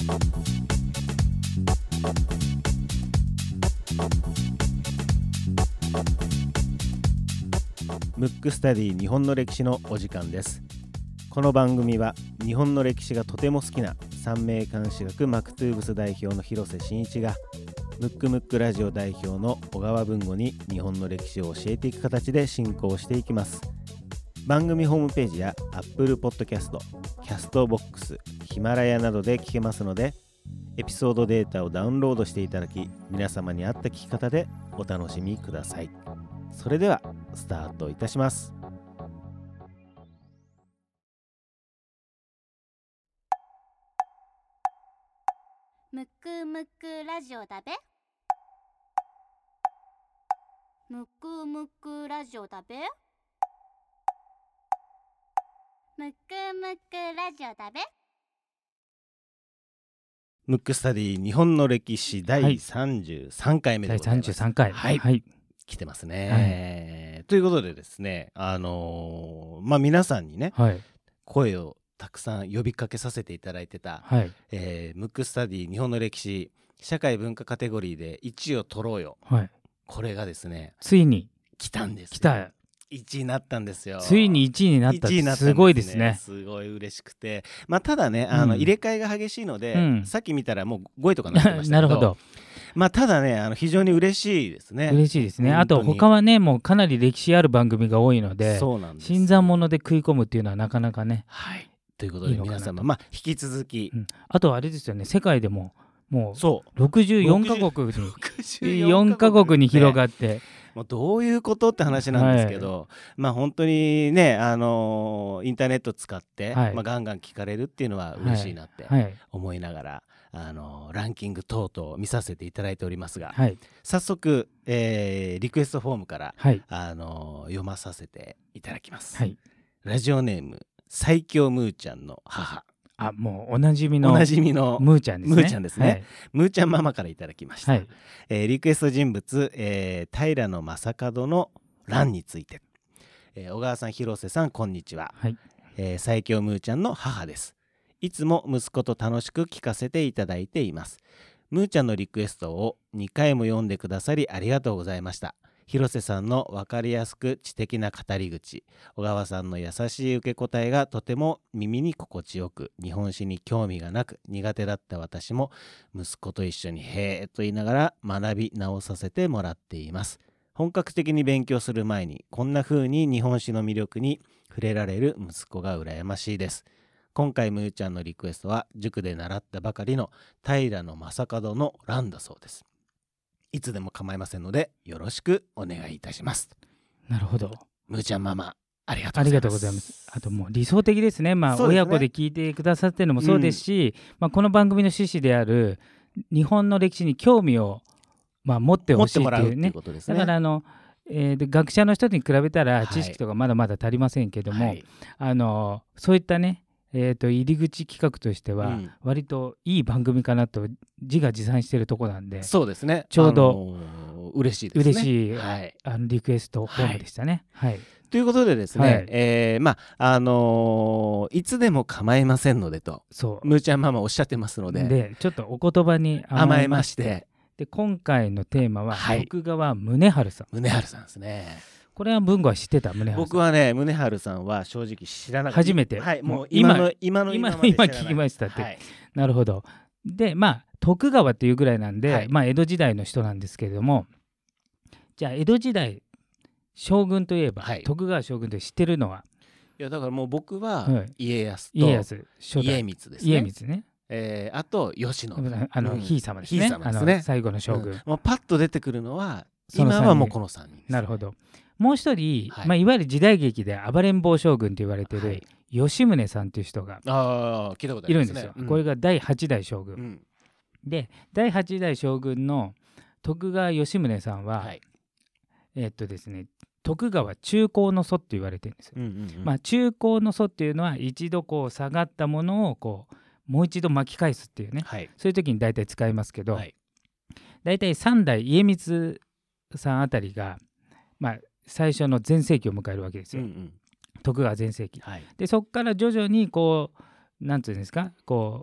ムックスタディ日本の歴史のお時間です。この番組は日本の歴史がとても好きな三名監視学マクトゥーブス代表の広瀬真一がムックムックラジオ代表の小川文吾に日本の歴史を教えていく形で進行していきます。番組ホームページや Apple Podcast、Castbox、ヒマラヤなどで聞けますので、エピソードデータをダウンロードしていただき、皆様に合った聞き方でお楽しみください。それではスタートいたします。 むくむくラジオだべ。むくむくラジオだべ。むくむくラジオだべ。 ムックスタディ日本の歴史第33回目でございます。 第33回、 はい、 はい、 来てますね、ということでですね、皆さんにね、 はい、 声をたくさん呼びかけさせていただいてた、 はい、 ムックスタディ日本の歴史社会文化カテゴリーで1位を取ろうよ、 はい、 これがですねついに来たんですよ。 来た。 1位になったんですよ。 ついに1位になったって、すごいですね。 すごい嬉しくて、ただね、入れ替えが激しいので、さっき見たらもう5位とかなってましたけどなるほど。 ただね、非常に嬉しいですね。 嬉しいですね。あと他はね、もうかなり歴史ある番組が多いので、 そうなんです。 新参者で食い込むっていうのはなかなかね。 はい。ということで皆様、引き続き、 あとあれですよね、世界でももうそう 64カ国に4カ国に広がって、 もうどういうことって話なんですけど、本当にね、インターネット使って、ガンガン聞かれるっていうのは嬉しいなって思いながら、ランキング等々見させていただいておりますが、早速、リクエストフォームから、読まさせていただきます。ラジオネーム最強ムーちゃんの母。 もうおなじみのムーちゃんですね。 ムーちゃんですね。ムーちゃんママからいただきました。リクエスト人物、平将門の乱について。小川さん、広瀬さん、こんにちは。最強ムーちゃんの母です。いつも息子と楽しく聞かせていただいています。ムーちゃんのリクエストを2回も読んでくださりありがとうございました。広瀬さんの分かりやすく知的な語り口、小川さんの優しい受け答えがとても耳に心地よく、日本史に興味がなく苦手だった私も息子と一緒にへーと言いながら学び直させてもらっています。本格的に勉強する前にこんな風に日本史の魅力に触れられる息子が羨ましいです。今回ムーちゃんのリクエストは塾で習ったばかりの平将門の乱だそうです。いつでも構いませんのでよろしくお願いいたします。 なるほど。 ムーちゃんママありがとうございます。 ありがとうございます。あともう理想的ですね。親子で聞いてくださってるのもそうですし、この番組の趣旨である日本の歴史に興味を持ってほしいっていうね。だから学者の人に比べたら知識とかまだまだ足りませんけども、そういったね入り口企画としては割といい番組かなと自画自賛しているところなんで、 そうですね、 ちょうど嬉しいですね。 嬉しい、リクエストフォームでしたね。 ということでですね、いつでも構いませんのでとムーちゃんママおっしゃってますので、 ちょっとお言葉に甘えまして、 で今回のテーマは徳川宗春さん。 宗春さんですね。 これは文吾は知ってた？宗春さん。僕はね、宗春さんは正直知らなかった。 初めて。 もう今聞きましたって。なるほど。で徳川っていうぐらいなんで、江戸時代の人なんですけれども、じゃあ江戸時代将軍といえば、徳川将軍って知ってるのは？ いやだからもう僕は家康と家光ですね。 家光ね。 あと慶喜、 ひいさまですね。最後の将軍。 パッと出てくるのは今はもうこの3人です。 なるほど。もう一人、いわゆる時代劇で暴れん坊将軍と言われている吉宗さんという人がいるんですよ。これが第8代将軍。で第8代将軍の徳川吉宗さんは、ですね、徳川中興の祖って言われてるんですよ。中興の祖っていうのは一度下がったものをもう一度巻き返すっていうね、そういう時に大体使いますけど、大体3代家光さんあたりが最初の全盛期を迎えるわけですよ。徳川全盛期。でそこから徐々になんていうんですか、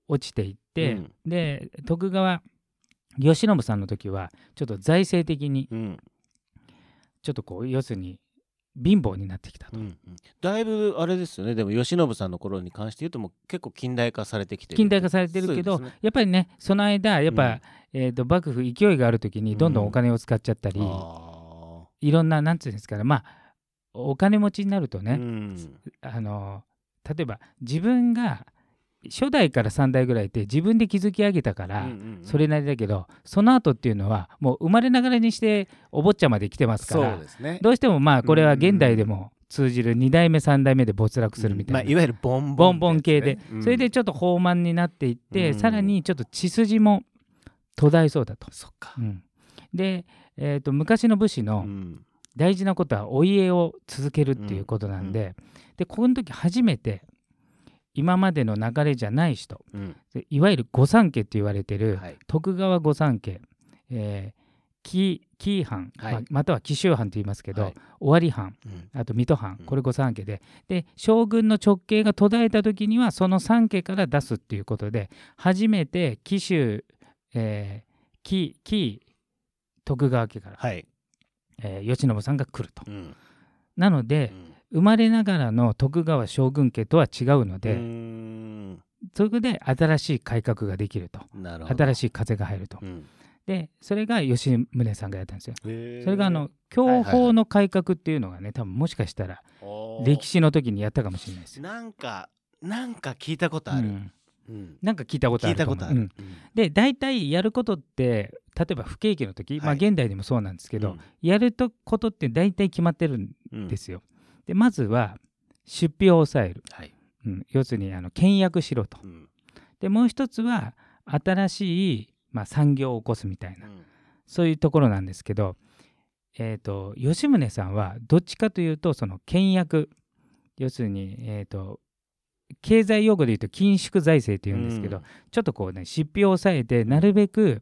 落ちていって、で徳川慶喜さんの時はちょっと財政的にちょっとこう要するに貧乏になってきたと、 だいぶあれですよね。でも慶喜さんの頃に関して言うともう結構近代化されてきてる。 近代化されてるけど、やっぱりねその間やっぱ、幕府勢いがある時にどんどんお金を使っちゃったり、いろんななんていうんですかね、まあお金持ちになるとね、例えば自分が初代から3代ぐらいって自分で築き上げたからそれなりだけど、その後っていうのはもう生まれながらにしてお坊ちゃまで来てますから、どうしてもまあこれは現代でも通じる2代目3代目で没落するみたいな、 いわゆるボンボン系で、それでちょっと放慢になっていって、さらにちょっと血筋も途絶えそうだと。 そっか、 で、昔の武士の大事なことはお家を続けるっていうことなんで、でここの時初めて今までの流れじゃない人、いわゆる御三家って言われてる、徳川御三家、紀伊藩、または紀州藩と言いますけど、尾張藩、あと水戸藩、これ御三家で、将軍の直系が途絶えた時にはその三家から出すっていうことで初めて紀州、紀伊徳川家から、慶喜さんが来ると。なので、生まれながらの徳川将軍家とは違うので、そこで新しい改革ができると、新しい風が入ると、でそれが吉宗さんがやったんですよ。それが享保の改革っていうのがね、多分もしかしたら歴史の時にやったかもしれないですよ。 なんか聞いたことある、 なんか聞いたことあると思う。で大体やることって例えば不景気の時、現代でもそうなんですけど、やることって大体決まってるんですよ。でまずは出費を抑える、要するに倹約しろと、でもう一つは新しい、産業を起こすみたいな、そういうところなんですけど、吉宗さんはどっちかというとその倹約、要するに、経済用語で言うと緊縮財政というんですけど、ちょっとこうね出費を抑えてなるべく、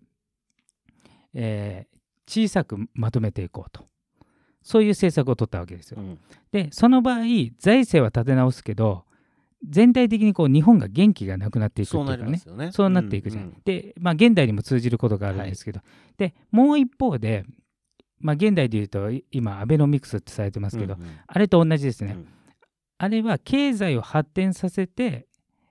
小さくまとめていこうと、そういう政策を取ったわけですよ。でその場合財政は立て直すけど全体的にこう日本が元気がなくなっていくっていうかね、そうなっていくじゃん。で、現代にも通じることがあるんですけど、でもう一方で、現代でいうと今アベノミクスってされてますけど、あれと同じですね。あれは経済を発展させて、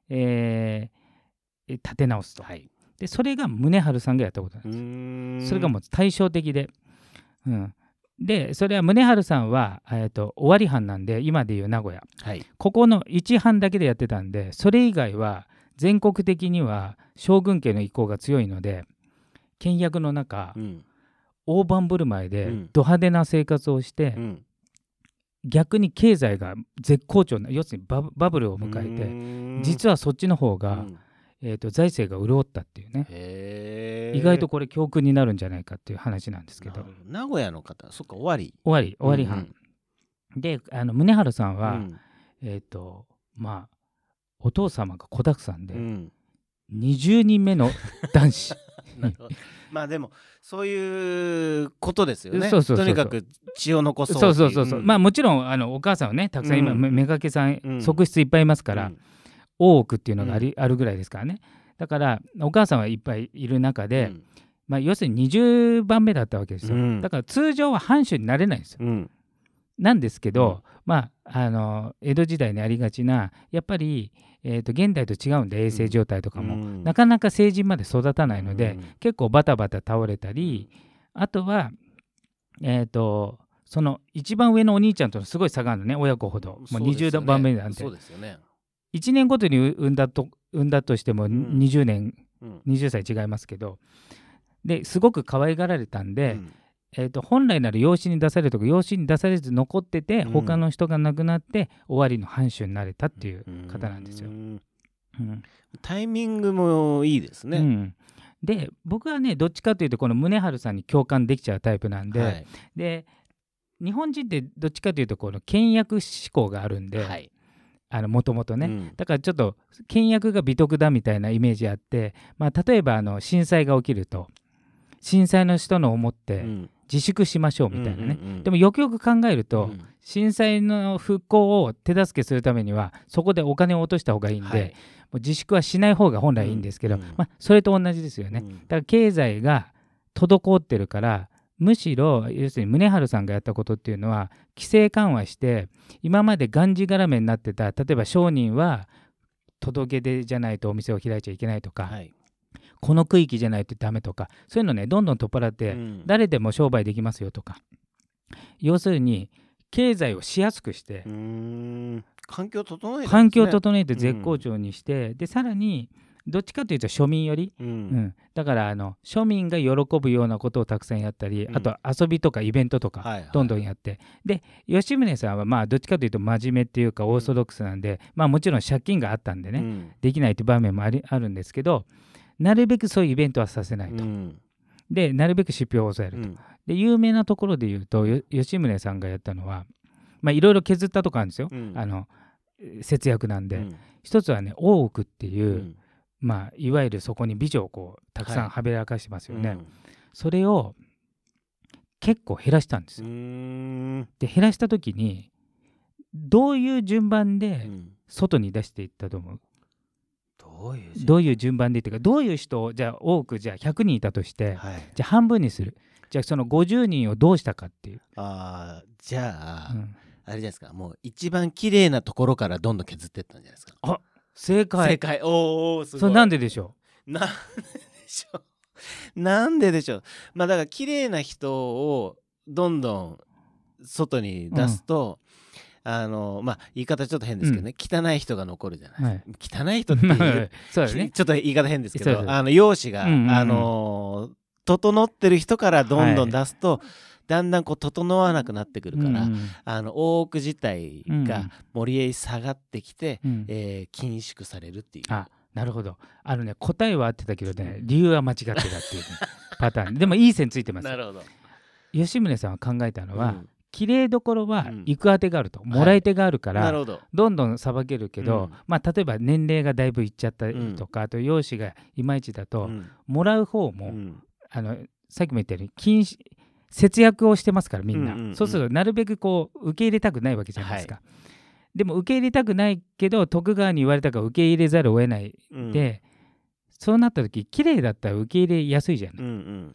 立て直すと、でそれが宗春さんがやったことなんです。それがもう対照的で、でそれは宗春さんは、尾張藩なんで今でいう名古屋、ここの一藩だけでやってたんで、それ以外は全国的には将軍家の意向が強いので倹約の中、大盤振る舞いでド派手な生活をして、逆に経済が絶好調な、要するにバブルを迎えて、実はそっちの方が、財政が潤ったっていうね、意外とこれ教訓になるんじゃないかっていう話なんですけど。 名古屋の方、そっか、尾張藩、で宗春さんは、お父様が子だくさんで、20人目の男子でもそういうことですよね。とにかく血を残そう。 もちろんお母さんはねたくさん今妾さん側室いっぱいいますから、大奥っていうのがあるぐらいですからね。だからお母さんはいっぱいいる中で、要するに20番目だったわけですよ。だから通常は藩主になれないんですよ。なんですけど、江戸時代にありがちなやっぱり、現代と違うんで衛生状態とかも、なかなか成人まで育たないので、結構バタバタ倒れたり、あとはその一番上のお兄ちゃんとのすごい差があるのね、親子ほど。もう20番目なんで、1年ごとに産んだとしても20年、20歳違いますけど、ですごく可愛がられたんで、本来なら養子に出されるとか養子に出されず残ってて、他の人が亡くなって尾張の藩主になれたっていう方なんですよ。 タイミングもいいですね。 で僕はねどっちかというとこの宗春さんに共感できちゃうタイプなんで、で日本人ってどっちかというとこの倹約志向があるんで、もともとね、だからちょっと倹約が美徳だみたいなイメージあって、例えば震災が起きると震災の人の思って自粛しましょうみたいなね、でもよくよく考えると、震災の復興を手助けするためにはそこでお金を落とした方がいいんで、もう自粛はしない方が本来いいんですけど、それと同じですよね。だから経済が滞ってるから、むしろ要するに宗春さんがやったことっていうのは規制緩和して、今までがんじがらめになってた、例えば商人は届け出じゃないとお店を開いちゃいけないとか、この区域じゃないとダメとか、そういうのねどんどん取っ払って、誰でも商売できますよとか、要するに経済をしやすくして、 環境を整えて絶好調にして、でさらにどっちかというと庶民より、だから庶民が喜ぶようなことをたくさんやったり、あと遊びとかイベントとかどんどんやって、で吉宗さんはまあどっちかというと真面目っていうかオーソドックスなんで、まあもちろん借金があったんでね、できないという場面もあるんですけど、なるべくそういうイベントはさせないと、でなるべく出費を抑えると、で有名なところで言うと吉宗さんがやったのは、まあいろいろ削ったとこあるんですよ、節約なんで、一つはね大奥っていう、まあ、いわゆるそこに美女をこうたくさんはべらかしてますよね、それを結構減らしたんですよ。で減らした時にどういう順番で外に出していったと思う？どういう順番でっていうか、どういう人をじゃあ多くじゃあ100人いたとして、じゃあ半分にする、じゃあその50人をどうしたかっていう。 じゃあ、あれじゃないですか、もう一番綺麗なところからどんどん削っていったんじゃないですか。 あ、正解。 おお、すごい。 それなんででしょう。なんででしょう。まあだから綺麗な人をどんどん外に出すと、まあ言い方ちょっと変ですけどね、汚い人が残るじゃないですか。汚い人ってそうだね、 ちょっと言い方変ですけど、容姿が整ってる人からどんどん出すと、だんだんこう整わなくなってくるから、大奥自体が森へ下がってきて、緊縮されるっていう。 あ、なるほど。答えは合ってたけどね、理由は間違ってたっていう、ね、パターンでもいい線ついてます。 なるほど。 吉宗さんは考えたのは、綺麗どころは行く当てがあると、もらい手があるから、どんどんさばけるけど、まあ、例えば年齢がだいぶいっちゃったりとか、あと容姿がいまいちだと、もらう方も、さっきも言ったように節約をしてますからみんな、そうするとなるべくこう受け入れたくないわけじゃないですか、でも受け入れたくないけど徳川に言われたから受け入れざるを得ないで、そうなった時綺麗だったら受け入れやすいじゃない、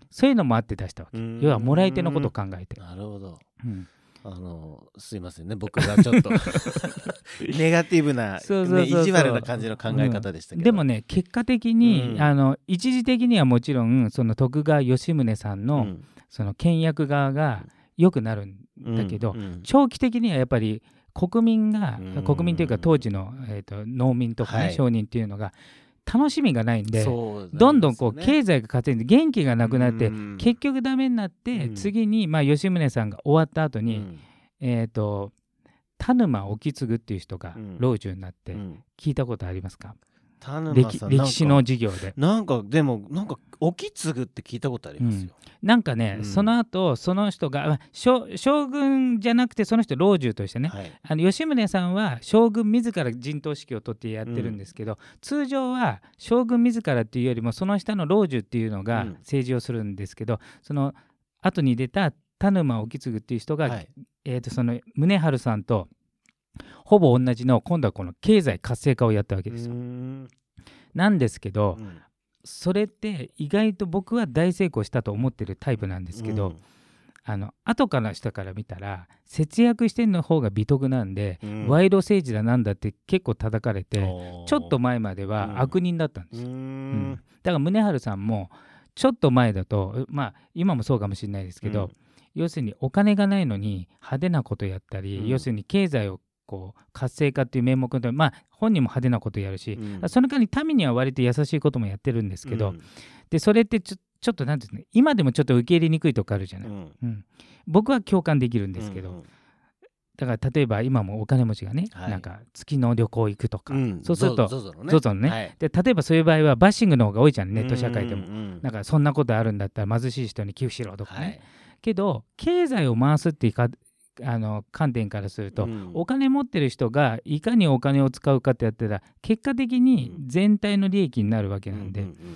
そういうのもあって出したわけ。要はもらい手のことを考えて。 なるほど、すいませんね、僕がちょっとネガティブな、意地悪な感じの考え方でしたけど、 でもね結果的に、一時的にはもちろんその徳川吉宗さんの、その倹約側が良くなるんだけど、長期的にはやっぱり国民というか当時の、農民とかね、商人っていうのが楽しみがないんで、どんどんこう経済が稼いで元気がなくなって、結局ダメになって、次に、まあ、吉宗さんが終わった後に、田沼意次っていう人が老中になって聞いたことありますか？歴史の授業で。 でも意次って聞いたことありますよ。 なんかね、その後その人が将軍じゃなくてその人老中としてね、吉宗さんは将軍自ら陣頭指揮を取ってやってるんですけど、通常は将軍自らっていうよりもその下の老中っていうのが政治をするんですけど、その後に出た田沼意次っていう人が、その宗春さんとほぼ同じの今度はこの経済活性化をやったわけですよ。なんですけど、それって意外と僕は大成功したと思ってるタイプなんですけど、後から人から見たら節約してんの方が美徳なんで、賄賂政治だなんだって結構叩かれて、ちょっと前までは悪人だったんですよ。だから宗春さんもちょっと前だと、まあ今もそうかもしれないですけど、要するにお金がないのに派手なことやったり、要するに経済をこう活性化っていう名目で、まあ本人も派手なことやるし、その間に民には割と優しいこともやってるんですけど、でそれってちょっとなんていうの、今でもちょっと受け入れにくいとこあるじゃない、僕は共感できるんですけど、だから例えば今もお金持ちがね、なんか月の旅行行くとか、そうするとZOZOのね、で例えばそういう場合はバッシングの方が多いじゃん、ネット社会でも、なんかそんなことあるんだったら貧しい人に寄付しろとかね、けど経済を回すっていうか観点からすると、お金持ってる人がいかにお金を使うかってやってたら結果的に全体の利益になるわけなんで、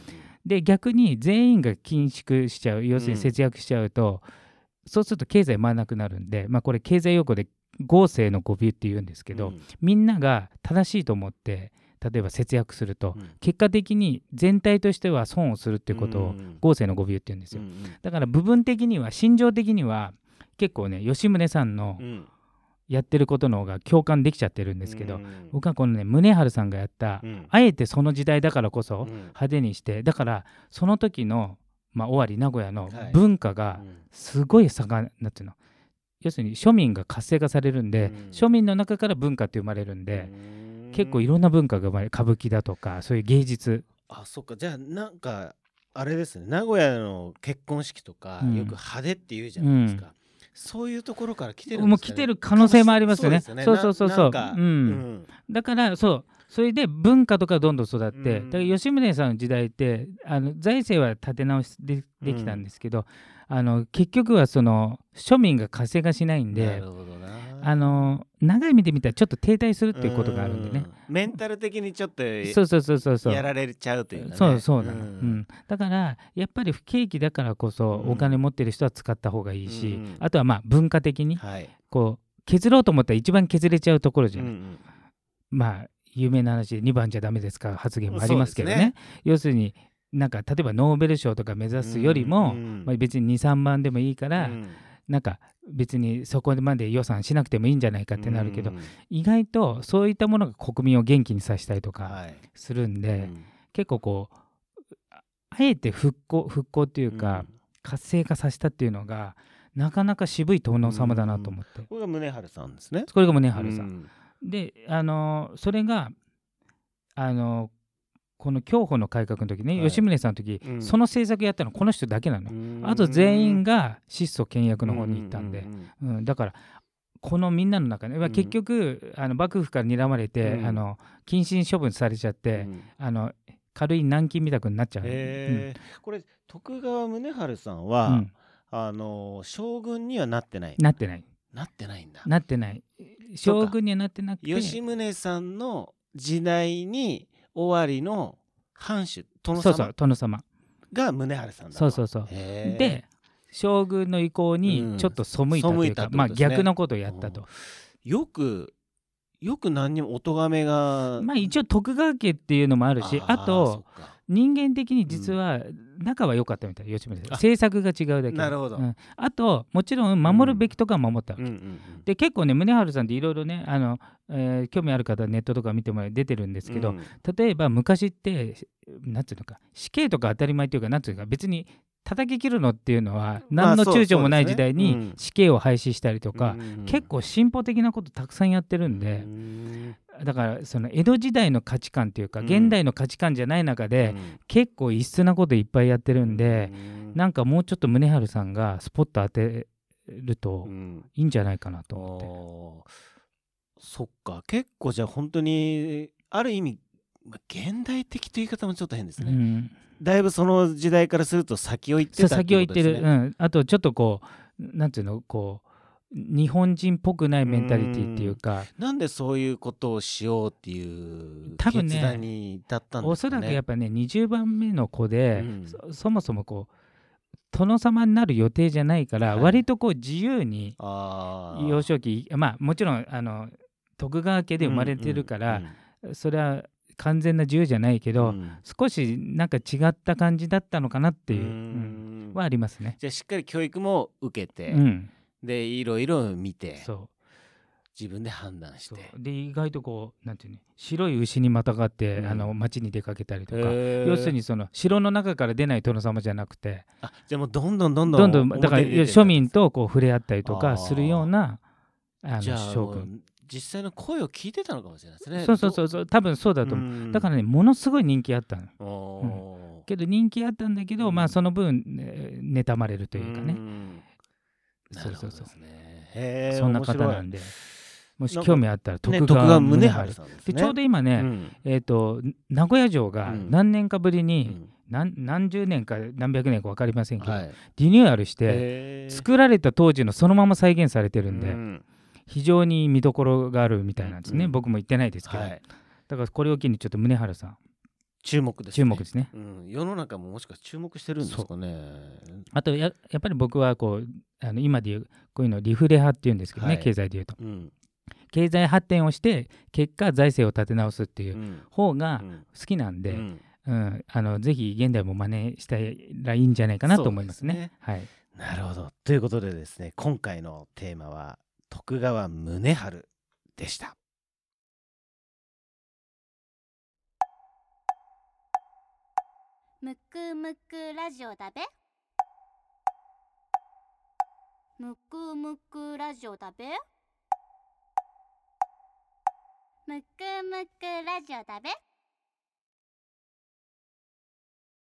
で逆に全員が緊縮しちゃう、要するに節約しちゃうと、そうすると経済回らなくなるんで、これ経済用語で合成の誤謬って言うんですけど、みんなが正しいと思って例えば節約すると、結果的に全体としては損をするっていうことを合成の誤謬って言うんですよ。だから部分的には心情的には結構ね吉宗さんのやってることの方が共感できちゃってるんですけど、僕はこのね宗春さんがやった、あえてその時代だからこそ派手にして、だからその時の尾張名古屋の文化がすごい盛んなんていうの、要するに庶民が活性化されるんで、庶民の中から文化って生まれるんで、結構いろんな文化が生まれる、歌舞伎だとかそういう芸術。 そっか、じゃあなんかあれですね、名古屋の結婚式とか、よく派手って言うじゃないですか、そういうところから来てるんですかね。 もう来てる可能性もありますよね。そうだからそれで文化とかどんどん育って、だから吉宗さんの時代って財政は立て直し できたんですけど、結局はその庶民が活性化しないんで、 なるほどな、 長い目で見たらちょっと停滞するっていうことがあるんでね、 メンタル的にちょっとそうやられちゃうというかね。 そうなの、だからやっぱり不景気だからこそお金持ってる人は使った方がいいし、あとは文化的にこう削ろうと思ったら一番削れちゃうところじゃない、有名な話で2番じゃダメですか発言もありますけど ね、要するになんか例えばノーベル賞とか目指すよりも、別に 2,3 番でもいいから、なんか別にそこまで予算しなくてもいいんじゃないかってなるけど、意外とそういったものが国民を元気にさせたりとかするんで、結構こうあえて復興っていうか、活性化させたっていうのがなかなか渋い殿様だなと思って、 これが宗春さんですね。 これが宗春さん、でそれがこの享保の改革の時ね、吉宗さんの時、その政策やったのこの人だけなの。あと全員が質素倹約の方に行ったんで、だからこのみんなの中で、結局幕府から睨まれて、謹慎処分されちゃって、軽い軟禁みたくになっちゃう。 これ徳川宗春さんは、将軍にはなってない。 なってないんだ。なってない。将軍にはなってなくて、 吉宗さんの時代に尾張の藩主殿様が宗春さんだと。 そうで将軍の意向にちょっと背いたというか、逆のことをやったと。 よく何にもお咎めが、 一応徳川家っていうのもあるし、あと人間的に実は仲は良かったみたい、吉宗さん政策が違うだけ。 なるほど、 あともちろん守るべきとかは守ったわけ、で結構ね宗春さんっていろいろね興味ある方はネットとか見てもらえ出てるんですけど、例えば昔ってなんていうのか死刑とか当たり前というか、なんていうか別に叩き切るのっていうのは何の躊躇もない時代に死刑を廃止したりとか、結構進歩的なことたくさんやってるんで、だからその江戸時代の価値観っていうか現代の価値観じゃない中で結構異質なこといっぱいやってるんで、なんかもうちょっと宗春さんがスポット当てるといいんじゃないかなと思って。 そっか、結構じゃあ本当にある意味現代的という言い方もちょっと変ですね、だいぶその時代からすると先を行ってたってことですね。 先を行ってる、あとちょっとこうなんていうの、こう日本人っぽくないメンタリティっていうか、 なんでそういうことをしようっていう決断に至ったんですかね。 おそらくやっぱね20番目の子で、そもそもこう殿様になる予定じゃないから、割とこう自由に幼少期、もちろん徳川家で生まれてるから、それは完全な自由じゃないけど、少しなんか違った感じだったのかなっていう、はありますね。 じゃあしっかり教育も受けて、でいろいろ見て、自分で判断して、 で意外とこうなんていうね、白い牛にまたがって、町に出かけたりとか、要するにその城の中から出ない殿様じゃなくて、 じゃあもうどんどんだから庶民とこう触れ合ったりとかするような将軍。 実際の声を聞いてたのかもしれないですね。 そう多分そうだと思う。だからねものすごい人気あったの、けど人気あったんだけど、その分妬まれるというかね。そんな方なんで、もし興味あったら徳川宗春さんでちょうど今ね、名古屋城が何年かぶりに、何十年か何百年か分かりませんけど、リニューアルして作られた当時のそのまま再現されてるんで、非常に見どころがあるみたいなんですね。僕も行ってないですけど、だからこれを機にちょっと宗春さん注目ですね。 注目ですね、 世の中ももしかして注目してるんですかね。 あとやっぱり僕はこう今でいうこういうのリフレ派っていうんですけどね、経済でいうと、経済発展をして結果財政を立て直すっていう方が好きなんで、ぜひ現代も真似したらいいんじゃないかなと思いますね。はい、 なるほど。ということでですね、今回のテーマは徳川宗春でした。 むくむくラジオだべ。むくむくラジオだべ。むくむくラジオだべ。